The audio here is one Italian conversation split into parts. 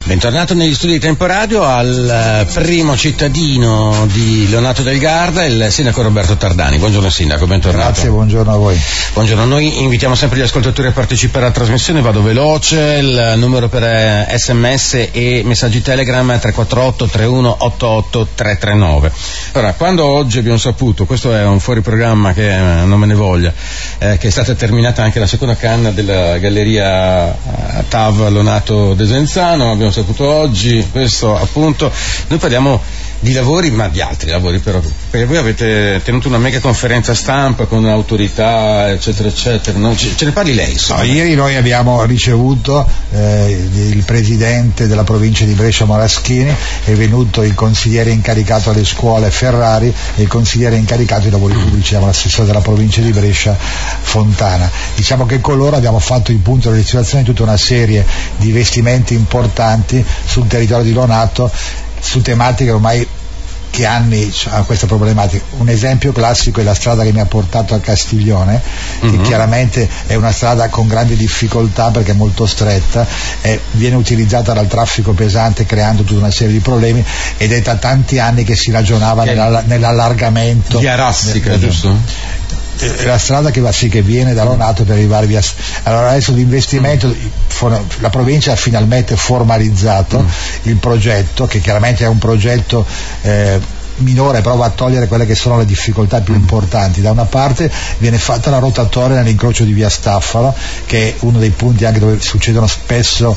Bentornato negli studi di Tempo Radio al primo cittadino di Leonato del Garda, il sindaco Roberto Tardani. Buongiorno sindaco, bentornato. Grazie, buongiorno a voi. Buongiorno, noi invitiamo sempre gli ascoltatori a partecipare alla trasmissione, vado veloce, il numero per sms e messaggi Telegram è 348 31 88 339. Allora, quando oggi abbiamo saputo, questo è un fuori programma che non me ne voglia, che è stata terminata anche la seconda canna della galleria TAV Leonato Desenzano, abbiamo saputo oggi, questo appunto, noi parliamo di lavori, ma di altri lavori però, perché voi avete tenuto una mega conferenza stampa con autorità eccetera eccetera, no? Ce ne parli lei? No, ieri noi abbiamo ricevuto il presidente della provincia di Brescia Moraschini, è venuto il consigliere incaricato alle scuole Ferrari e il consigliere incaricato ai lavori pubblici, l'assessore della provincia di Brescia Fontana. Diciamo che con loro abbiamo fatto il punto della situazione di tutta una serie di investimenti importanti sul territorio di Leonato, su tematiche ormai che anni ha questa problematica. Un esempio classico è la strada che mi ha portato a Castiglione, che chiaramente è una strada con grandi difficoltà perché è molto stretta, viene utilizzata dal traffico pesante creando tutta una serie di problemi, ed è da tanti anni che si ragionava nell'allargamento. Via Rassica, giusto? La strada che viene da Leonato per arrivare via. Allora adesso l'investimento, la provincia ha finalmente formalizzato il progetto, che chiaramente è un progetto minore, però va a togliere quelle che sono le difficoltà più importanti. Da una parte viene fatta la rotatoria nell'incrocio di via Staffalo, che è uno dei punti anche dove succedono spesso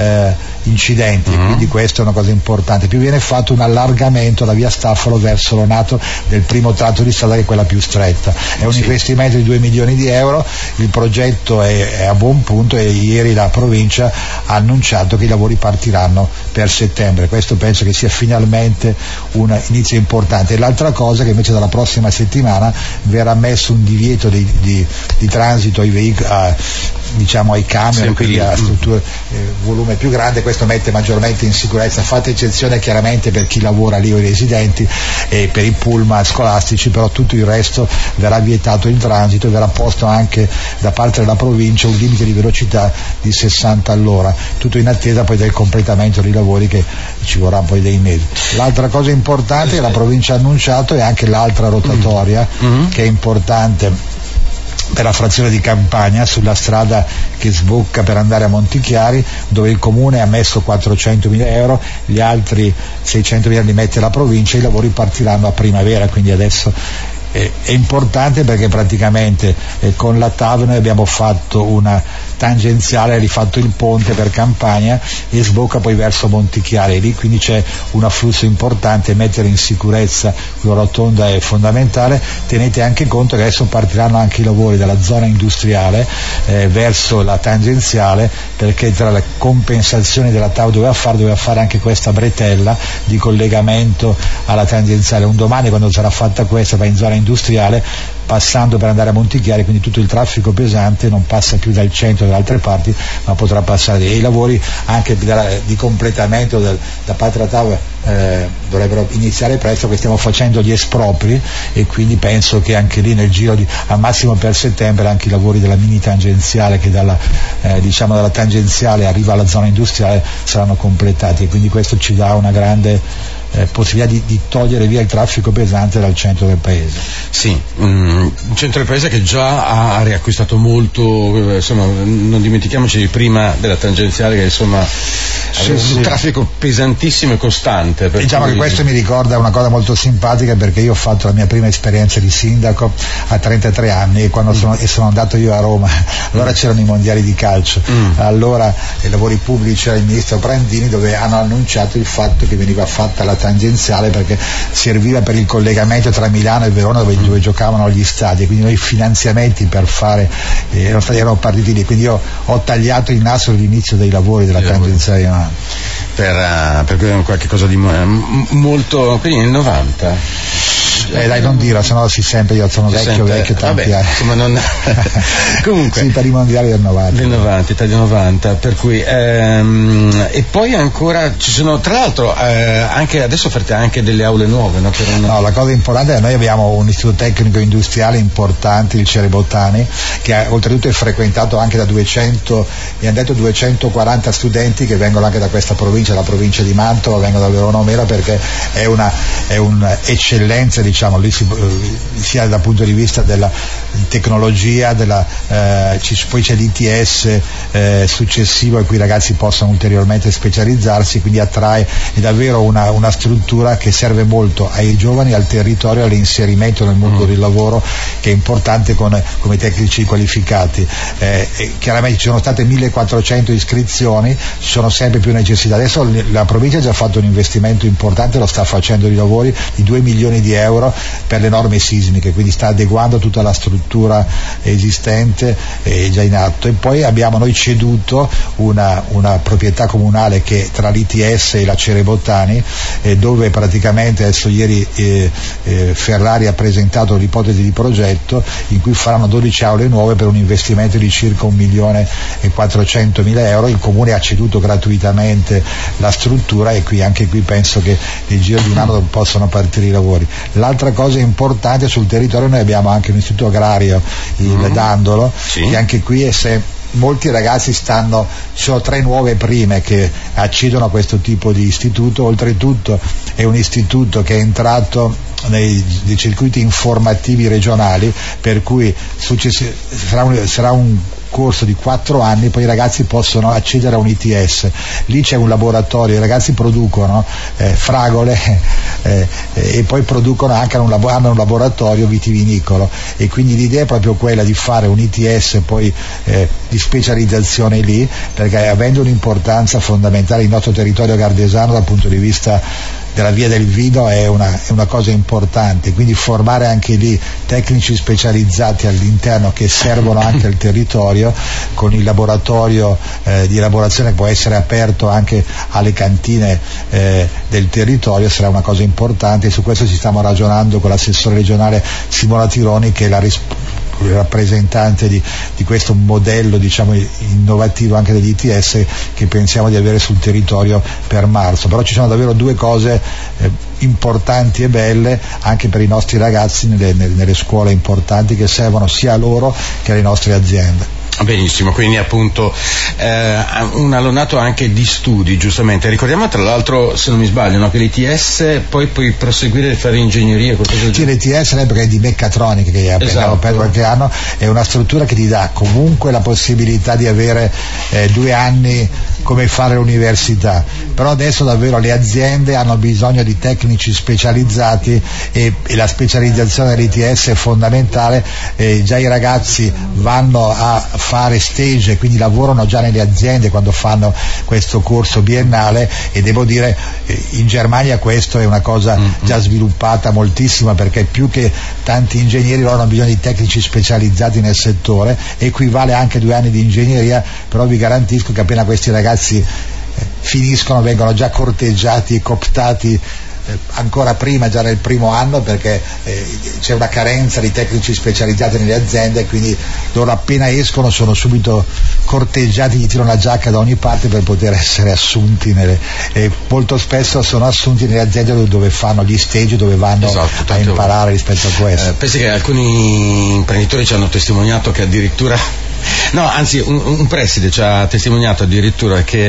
incidenti, quindi questa è una cosa importante. Più viene fatto un allargamento da via Staffalo verso Leonato del primo tratto di strada, che è quella più stretta. È un investimento di 2 milioni di euro, il progetto è a buon punto e ieri la provincia ha annunciato che i lavori partiranno per settembre. Questo penso che sia finalmente un inizio importante. E l'altra cosa è che invece dalla prossima settimana verrà messo un divieto di transito ai veicoli, diciamo ai camion, quindi a strutture volume più grande. Questo mette maggiormente in sicurezza, fatta eccezione chiaramente per chi lavora lì o i residenti e per i pullman scolastici, però tutto il resto verrà vietato il transito e verrà posto anche da parte della provincia un limite di velocità di 60 all'ora, tutto in attesa poi del completamento dei lavori, che ci vorrà poi dei mesi. L'altra cosa importante che la provincia ha annunciato è anche l'altra rotatoria che è importante per la frazione di Campania, sulla strada che sbocca per andare a Montichiari, dove il comune ha messo 400.000 euro, gli altri 600.000 li mette la provincia. I lavori partiranno a primavera, quindi adesso è importante perché praticamente con la TAV noi abbiamo fatto una tangenziale, rifatto il ponte per Campania e sbocca poi verso Montichiari, lì quindi c'è un afflusso importante. Mettere in sicurezza la rotonda è fondamentale. Tenete anche conto che adesso partiranno anche i lavori dalla zona industriale verso la tangenziale, perché tra le compensazioni della TAV doveva fare anche questa bretella di collegamento alla tangenziale. Un domani, quando sarà fatta questa, va in zona industriale passando per andare a Montichiari, quindi tutto il traffico pesante non passa più dal centro, da altre parti, ma potrà passare. E i lavori anche di completamento da parte della TAV dovrebbero iniziare presto, che stiamo facendo gli espropri, e quindi penso che anche lì nel giro al massimo per settembre anche i lavori della mini tangenziale, che dalla tangenziale arriva alla zona industriale, saranno completati, e quindi questo ci dà una grande possibilità di togliere via il traffico pesante dal centro del paese. Sì, il centro del paese che già ha riacquistato molto, insomma, non dimentichiamoci di prima della tangenziale, che insomma un traffico pesantissimo e costante. Diciamo che questo mi ricorda una cosa molto simpatica, perché io ho fatto la mia prima esperienza di sindaco a 33 anni e quando sono andato io a Roma, allora c'erano i mondiali di calcio, allora i lavori pubblici era il ministro Brandini, dove hanno annunciato il fatto che veniva fatta la tangenziale perché serviva per il collegamento tra Milano e Verona, dove giocavano gli stadi, quindi noi i finanziamenti per fare erano partiti lì, quindi io ho tagliato il nastro all'inizio dei lavori della tangenziale per qualche cosa di molto, quindi nel 90 Dai, non dirlo, sennò si sente, io sono vecchio tanti anni. Insomma, non... Comunque. Sì, per i mondiali del 90. Italia 90, per cui e poi ancora ci sono, tra l'altro anche adesso offerte anche delle aule nuove, no? No, la cosa importante è che noi abbiamo un istituto tecnico industriale importante, il Cerebottani, che oltretutto è frequentato anche da 240 studenti che vengono anche da questa provincia, la provincia di Mantova, vengono da Verona Omera, perché è un'eccellenza, diciamo, lì sia dal punto di vista della tecnologia, poi c'è l'ITS successivo, in cui i ragazzi possono ulteriormente specializzarsi, quindi attrae, è davvero una struttura che serve molto ai giovani, al territorio, all'inserimento nel mondo del lavoro, che è importante come tecnici qualificati. Chiaramente ci sono state 1400 iscrizioni, ci sono sempre più necessità. Adesso la provincia ha già fatto un investimento importante, lo sta facendo di lavori di 2 milioni di euro per le norme sismiche, quindi sta adeguando tutta la struttura esistente già in atto. E poi abbiamo noi ceduto una proprietà comunale che tra l'ITS e la Cerebottani, dove praticamente adesso ieri Ferrari ha presentato l'ipotesi di progetto in cui faranno 12 aule nuove per un investimento di circa 1.400.000 euro. Il comune ha ceduto gratuitamente la struttura e anche qui penso che nel giro di un anno possono partire i lavori. L'altra cosa importante, sul territorio noi abbiamo anche un istituto agrario, il Dandolo, che anche qui molti ragazzi ci sono 3 nuove prime che accedono a questo tipo di istituto. Oltretutto è un istituto che è entrato nei circuiti informativi regionali, per cui sarà un corso di 4 anni, poi i ragazzi possono accedere a un ITS. Lì c'è un laboratorio, i ragazzi producono fragole e poi producono anche hanno un laboratorio vitivinicolo, e quindi l'idea è proprio quella di fare un ITS poi di specializzazione lì, perché avendo un'importanza fondamentale il nostro territorio gardesano dal punto di vista della via del vino è una cosa importante, quindi formare anche lì tecnici specializzati all'interno che servono anche al territorio, con il laboratorio di elaborazione che può essere aperto anche alle cantine del territorio, sarà una cosa importante, e su questo ci stiamo ragionando con l'assessore regionale Simona Tironi, che è la rappresentante di questo modello, diciamo, innovativo anche degli ITS che pensiamo di avere sul territorio per marzo. Però ci sono davvero 2 cose importanti e belle anche per i nostri ragazzi nelle scuole importanti, che servono sia a loro che alle nostre aziende. Benissimo, quindi appunto un alunnato anche di studi, giustamente. Ricordiamo tra l'altro, se non mi sbaglio, no, che l'ITS poi puoi proseguire e fare ingegneria, qualcosa Sì, l'ITS perché è di meccatronica, che abbiamo per qualche anno, è una struttura che ti dà comunque la possibilità di avere 2 anni come fare l'università, però adesso davvero le aziende hanno bisogno di tecnici specializzati e la specializzazione dell'ITS è fondamentale. Già i ragazzi vanno a fare stage, quindi lavorano già nelle aziende quando fanno questo corso biennale, e devo dire in Germania questo è una cosa già sviluppata moltissima, perché più che tanti ingegneri loro hanno bisogno di tecnici specializzati nel settore. Equivale anche 2 anni di ingegneria, però vi garantisco che appena questi ragazzi finiscono vengono già corteggiati e cooptati ancora prima, già nel primo anno, perché c'è una carenza di tecnici specializzati nelle aziende, e quindi loro appena escono sono subito corteggiati, gli tirano la giacca da ogni parte per poter essere assunti e molto spesso sono assunti nelle aziende dove fanno gli stage, dove vanno a imparare rispetto a questo. Pensi che alcuni imprenditori ci hanno testimoniato che addirittura un preside ci ha testimoniato addirittura che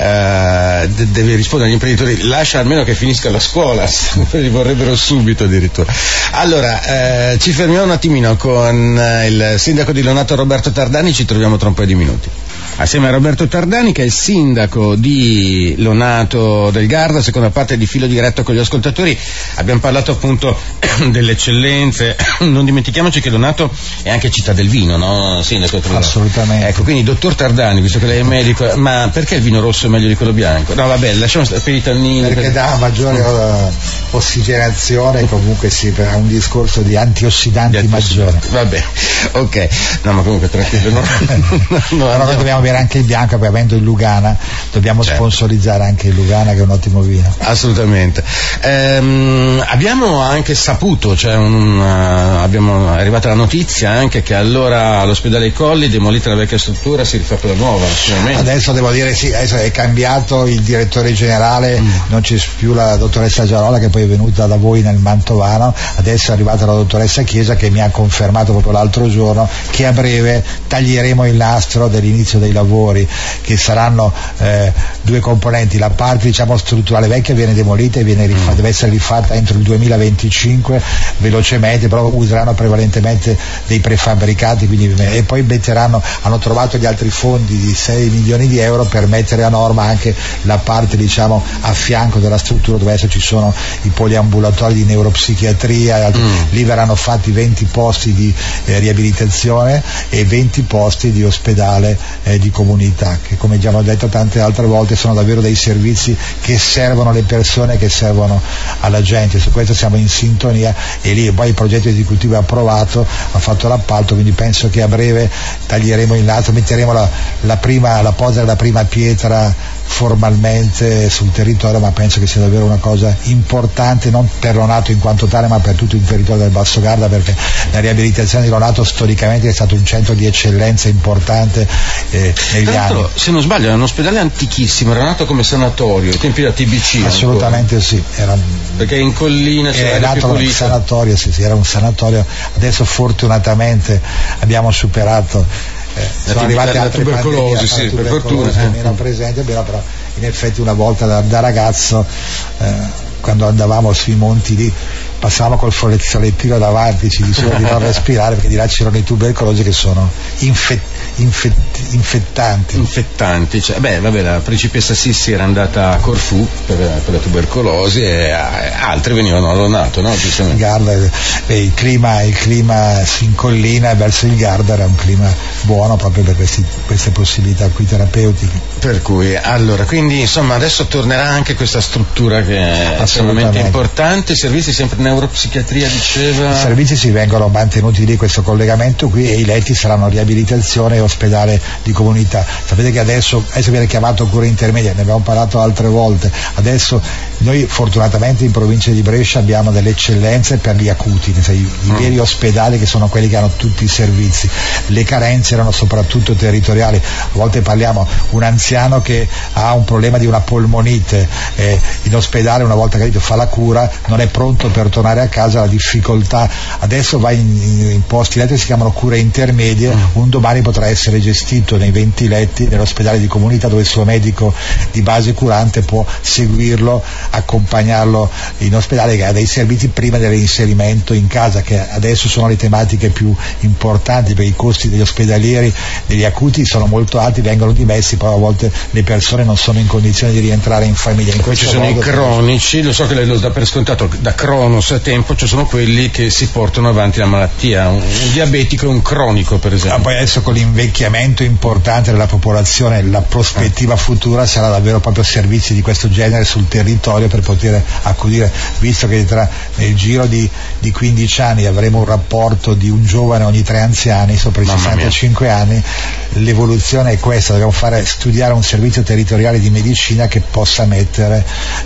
deve rispondere agli imprenditori: lascia almeno che finisca la scuola, li vorrebbero subito addirittura. Allora, ci fermiamo un attimino con il sindaco di Lonato Roberto Tardani, ci troviamo tra un paio di minuti. Assieme a Roberto Tardani, che è il sindaco di Lonato del Garda, seconda parte di Filo Diretto con gli ascoltatori, abbiamo parlato appunto delle eccellenze. Non dimentichiamoci che Lonato è anche città del vino, no, sindaco? Assolutamente. Ecco, quindi dottor Tardani, visto che lei è medico, ma perché il vino rosso è meglio di quello bianco? No, vabbè, lasciamo per i tannini. Perché dà maggiore ossigenazione, comunque sì, ha un discorso di antiossidanti maggiore. Vabbè, ok. No, ma comunque tranquillo, noi dobbiamo avere anche il bianco, poi avendo il Lugana dobbiamo sponsorizzare anche il Lugana, che è un ottimo vino. Assolutamente. Abbiamo anche saputo, è arrivata la notizia anche che allora all'ospedale I Colli, demolita la vecchia struttura, si rifà quella nuova. Adesso devo dire sì, adesso è cambiato il direttore generale, non c'è più la dottoressa Giarola, che poi è venuta da voi nel Mantovano, adesso è arrivata la dottoressa Chiesa, che mi ha confermato proprio l'altro giorno che a breve taglieremo il nastro dell'inizio dei lavori, che saranno due componenti: la parte strutturale vecchia viene demolita e deve essere rifatta entro il 2025 velocemente, però useranno prevalentemente dei prefabbricati, e poi hanno trovato gli altri fondi di 6 milioni di euro per mettere a norma anche la parte a fianco della struttura, dove adesso ci sono i poliambulatori di neuropsichiatria, lì verranno fatti 20 posti di riabilitazione e 20 posti di ospedale di comunità, che come già ho detto tante altre volte sono davvero dei servizi che servono alle persone, che servono alla gente. Su questo siamo in sintonia, e lì poi il progetto esecutivo è approvato, ha fatto l'appalto, quindi penso che a breve taglieremo il nastro, metteremo la posa della prima pietra formalmente sul territorio, ma penso che sia davvero una cosa importante, non per Lonato in quanto tale, ma per tutto il territorio del Basso Garda, perché la riabilitazione di Lonato storicamente è stato un centro di eccellenza importante negli anni. Se non sbaglio, è un ospedale antichissimo, era nato come sanatorio ai tempi della TBC. Assolutamente ancora. Sì, perché in collina era nato come sanatorio, sì, era un sanatorio. Adesso fortunatamente abbiamo superato, sono arrivate altre tubercolosi, sì, per fortuna era presente, però in effetti una volta da ragazzo, quando andavamo sui monti lì, passavamo col fazzolettino davanti, ci diceva di non respirare perché di là c'erano i tubercolosi che sono infettanti. La principessa Sissi era andata a Corfù per la tubercolosi, e altri venivano a Lonato, no? Il Garda, il clima in collina verso il Garda era un clima buono proprio per queste possibilità qui terapeutiche. Per cui, quindi insomma adesso tornerà anche questa struttura che è estremamente importante. Servizi sempre in neuropsichiatria, diceva. I servizi si vengono mantenuti lì, questo collegamento qui, e i letti saranno riabilitazione e ospedale di comunità. Sapete che adesso viene chiamato cura intermedia, ne abbiamo parlato altre volte. Adesso noi fortunatamente in provincia di Brescia abbiamo delle eccellenze per gli acuti, i veri ospedali che sono quelli che hanno tutti i servizi. Le carenze erano soprattutto territoriali. A volte parliamo un anziano che ha un problema di una polmonite, in ospedale una volta che fa la cura non è pronto per tornare a casa, la difficoltà. Adesso va in posti letti che si chiamano cure intermedie, un domani potrà essere gestito nei 20 letti nell'ospedale di comunità, dove il suo medico di base curante può seguirlo, accompagnarlo in ospedale, che ha dei servizi prima dell'inserimento in casa, che adesso sono le tematiche più importanti, perché i costi degli ospedalieri, degli acuti sono molto alti, vengono dimessi, poi a volte le persone non sono in condizione di rientrare in famiglia. Poi ci sono i cronici, lo so che lei lo dà per scontato, da Cronos a tempo ci sono quelli che si portano avanti la malattia, un diabetico e un cronico per esempio. Poi adesso con l'invecchiamento importante della popolazione, la prospettiva futura sarà davvero proprio servizi di questo genere sul territorio per poter accudire, visto che nel giro di 15 anni avremo un rapporto di un giovane ogni 3 anziani sopra i 65 anni. L'evoluzione è questa, dobbiamo studiare un servizio territoriale di medicina che possa mettere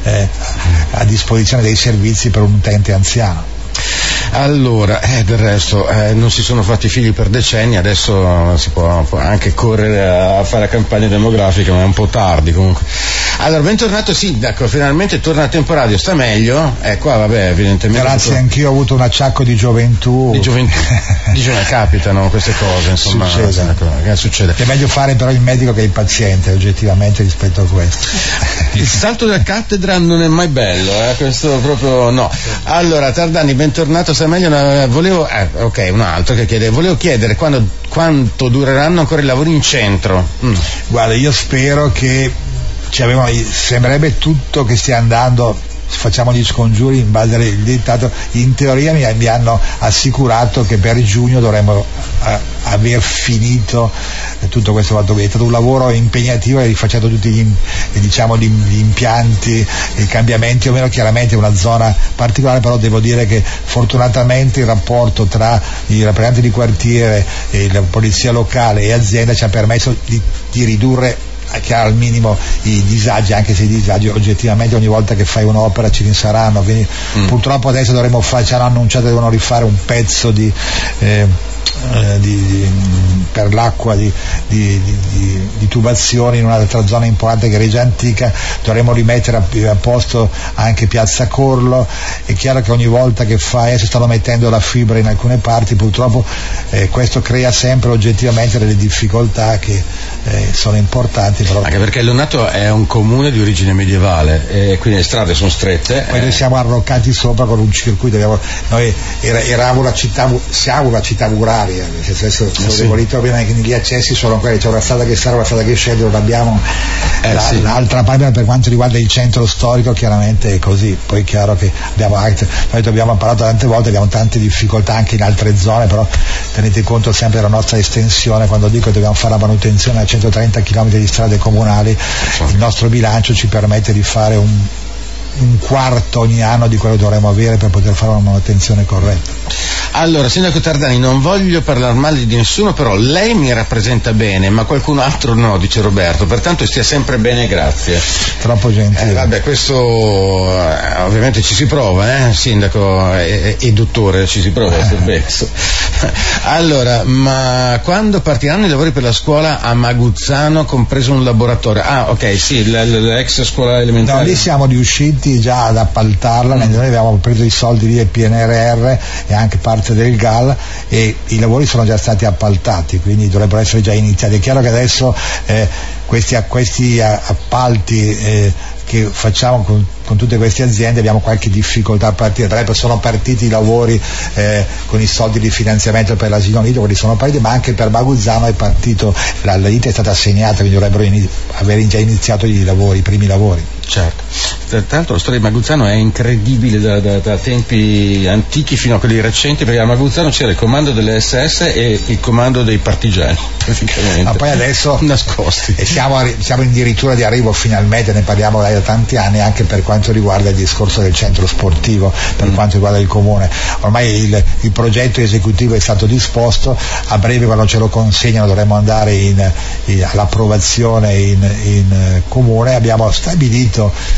a disposizione dei servizi per un utente anziano. Allora, del resto non si sono fatti figli per decenni, adesso si può anche correre a fare campagna demografica, ma è un po' tardi comunque. Allora, bentornato sindaco, finalmente torna a Temporadio, sta meglio? Qua vabbè, evidentemente. Grazie, anch'io ho avuto un acciacco di gioventù. Capitano queste cose, insomma. Succede. È meglio fare però il medico che il paziente, oggettivamente, rispetto a questo. Il salto della cattedra non è mai bello, questo proprio no. Allora, Tardani, bentornato, sta meglio? Volevo un altro che chiede, volevo chiedere quanto dureranno ancora i lavori in centro? Guarda, io spero che sembrerebbe tutto che stia andando facciamo gli scongiuri in base al dettato. In teoria mi hanno assicurato che per giugno dovremmo aver finito tutto questo fatto. È stato un lavoro impegnativo e rifacendo tutti gli impianti, i cambiamenti, o meno. Chiaramente è una zona particolare, però devo dire che fortunatamente il rapporto tra i rappresentanti di quartiere e la polizia locale e azienda ci ha permesso di ridurre al minimo i disagi, anche se i disagi oggettivamente ogni volta che fai un'opera ci rinsaranno, quindi purtroppo adesso ci hanno annunciato che devono rifare un pezzo per l'acqua di tubazioni in un'altra zona importante che è Regia Antica. Dovremo rimettere a posto anche Piazza Corlo. È chiaro che ogni volta che adesso stanno mettendo la fibra in alcune parti, purtroppo questo crea sempre oggettivamente delle difficoltà che sono importanti, però. Anche perché Lonato è un comune di origine medievale e quindi le strade sono strette. Poi noi siamo arroccati sopra con un circuito, noi siamo una città muraria, adesso devo ritrovare che gli accessi sono quelli, c'è una strada che sale, una strada che scende, non abbiamo l'altra parte. Per quanto riguarda il centro storico chiaramente è così. Poi è chiaro che abbiamo parlato tante volte, abbiamo tante difficoltà anche in altre zone, però tenete conto sempre della nostra estensione. Quando dico che dobbiamo fare la manutenzione a 130 km di strade comunali, il nostro bilancio ci permette di fare un quarto ogni anno di quello che dovremmo avere per poter fare una manutenzione corretta. Allora, Sindaco Tardani, non voglio parlare male di nessuno, però lei mi rappresenta bene, ma qualcun altro no, dice Roberto, pertanto stia sempre bene, grazie. Troppo gentile. Vabbè, questo ovviamente ci si prova, Sindaco e dottore, ci si prova a essere bene. Allora, ma quando partiranno i lavori per la scuola a Maguzzano, compreso un laboratorio? Ah, ok, sì, l'ex scuola elementare. No, lì siamo riusciti già ad appaltarla, noi abbiamo preso i soldi lì del PNRR e anche parte del GAL, e i lavori sono già stati appaltati, quindi dovrebbero essere già iniziati. È chiaro che adesso questi appalti che facciamo con tutte queste aziende abbiamo qualche difficoltà a partire. Tra l'altro sono partiti i lavori con i soldi di finanziamento per l'asilo nido, quelli sono partiti, ma anche per Maguzzano è partito, la ditta è stata assegnata, quindi dovrebbero aver già iniziato i primi lavori. Certo, tra l'altro la storia di Maguzzano è incredibile da tempi antichi fino a quelli recenti, perché a Maguzzano c'era il comando delle SS e il comando dei partigiani praticamente. Ma poi adesso nascosti. E siamo addirittura di arrivo, finalmente, ne parliamo da tanti anni, anche per quanto riguarda il discorso del centro sportivo, per quanto riguarda il comune. Ormai il progetto esecutivo è stato disposto, a breve quando ce lo consegnano dovremo andare all'approvazione in comune. Abbiamo stabilito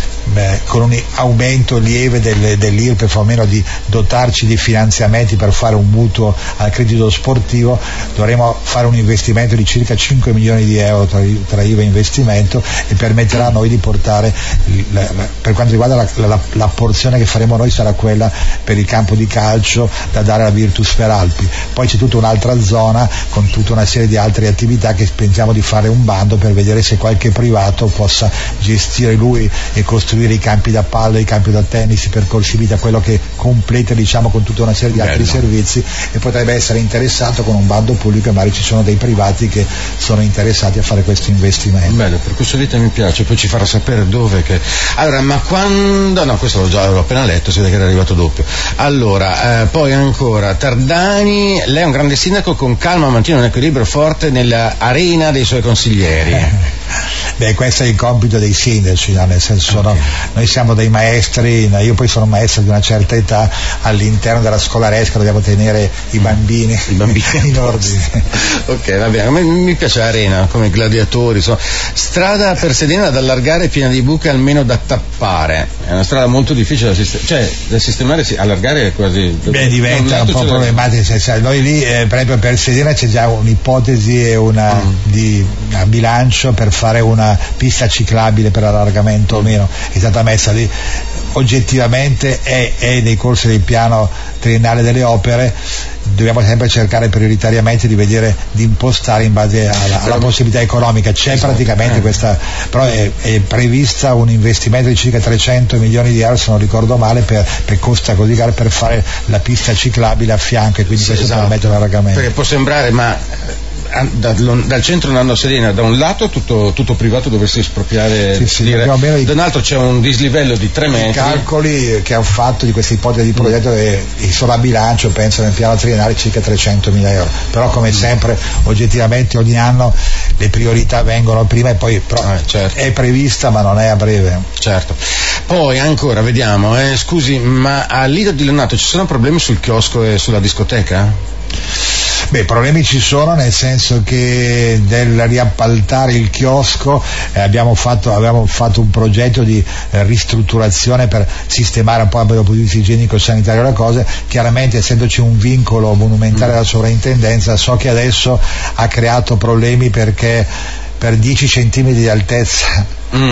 con un aumento lieve dell'IRPEF, o meno, di dotarci di finanziamenti per fare un mutuo al credito sportivo. Dovremo fare un investimento di circa 5 milioni di euro tra IVA e investimento, e permetterà a noi di portare, per quanto riguarda la porzione che faremo noi sarà quella per il campo di calcio da dare alla Virtus per Alpi. Poi c'è tutta un'altra zona con tutta una serie di altre attività che pensiamo di fare un bando per vedere se qualche privato possa gestire lui e costruire i campi da palla, i campi da tennis, i percorsi vita, quello che completa, con tutta una serie di altri servizi, e potrebbe essere interessato con un bando pubblico, e magari ci sono dei privati che sono interessati a fare questo investimento. Bello, percorso vita mi piace, poi ci farà sapere dove Allora, ma quando... No, questo l'ho appena letto, si vede che era arrivato doppio. Allora, poi ancora, Tardani, lei è un grande sindaco, con calma mantiene un equilibrio forte nella arena dei suoi consiglieri. Beh, questo è il compito dei sindaci, nel senso, noi siamo dei maestri, io poi sono maestro di una certa età, all'interno della scolaresca dobbiamo tenere i bambini in ordine. Ok, va bene, mi piace l'arena, come gladiatori, strada per Sedena da allargare, piena di buche, almeno da tappare, è una strada molto difficile da sistemare, allargare è quasi... Beh, diventa un po' problematico, noi lì proprio per Sedena c'è già un'ipotesi e di bilancio per fare una pista ciclabile per allargamento o meno, è stata messa lì, oggettivamente è nei corsi del piano triennale delle opere. Dobbiamo sempre cercare prioritariamente di impostare in base alla possibilità economica. C'è praticamente questa, però è prevista un investimento di circa 300 milioni di euro, se non ricordo male, per costa così cara, per fare la pista ciclabile a fianco, e quindi questo permette l'allargamento. Perché può sembrare, ma dal centro andando a Sedena, da un lato tutto privato dovesse espropriare, da un altro c'è un dislivello di 3 metri. I calcoli che hanno fatto di questa ipotesi di progetto e sono a bilancio, penso nel piano triennale circa 300.000 euro, però come sempre oggettivamente ogni anno le priorità vengono prima e poi certo. È prevista ma non è a breve. Certo. Poi ancora vediamo, scusi, ma a Lido di Leonato ci sono problemi sul chiosco e sulla discoteca? Beh, problemi ci sono, nel senso che nel riappaltare il chiosco avevamo fatto un progetto di ristrutturazione per sistemare un po' dal punto di vista igienico-sanitario la cosa. Chiaramente, essendoci un vincolo monumentale della sovrintendenza, so che adesso ha creato problemi perché per 10 centimetri di altezza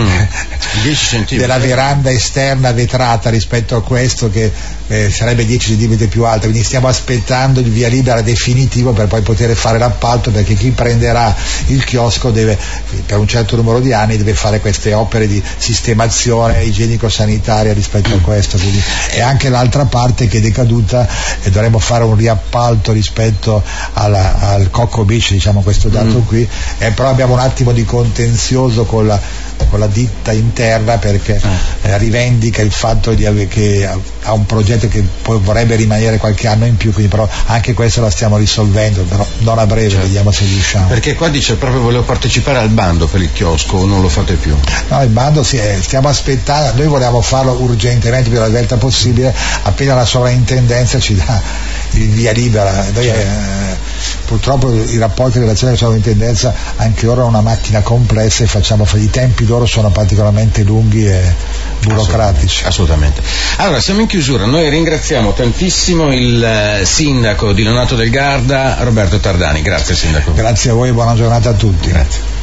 10 centimetri della veranda esterna vetrata rispetto a questo che sarebbe 10 centimetri più alta, quindi stiamo aspettando il via libera definitivo per poi poter fare l'appalto, perché chi prenderà il chiosco deve, per un certo numero di anni, deve fare queste opere di sistemazione igienico-sanitaria rispetto a questo, quindi è anche l'altra parte che è decaduta e dovremo fare un riappalto rispetto al Cocco Beach, diciamo, questo dato qui, però abbiamo un attimo di contenzioso con la ditta interna perché rivendica il fatto che ha un progetto che poi vorrebbe rimanere qualche anno in più, quindi però anche questo la stiamo risolvendo, però non a breve, certo. Vediamo se riusciamo. Perché qua dice proprio volevo partecipare al bando per il chiosco, o non lo fate più? No, il bando stiamo aspettando, noi volevamo farlo urgentemente più velta possibile, appena la sovrintendenza ci dà il via libera. Noi, purtroppo i rapporti in relazione alla sovrintendenza anche ora è una macchina complessa e i tempi loro sono particolarmente lunghi e burocratici. Assolutamente. Allora, siamo in chiusura, noi ringraziamo tantissimo il sindaco di Leonato del Garda, Roberto Tardani. Grazie sindaco. Grazie a voi e buona giornata a tutti. Grazie.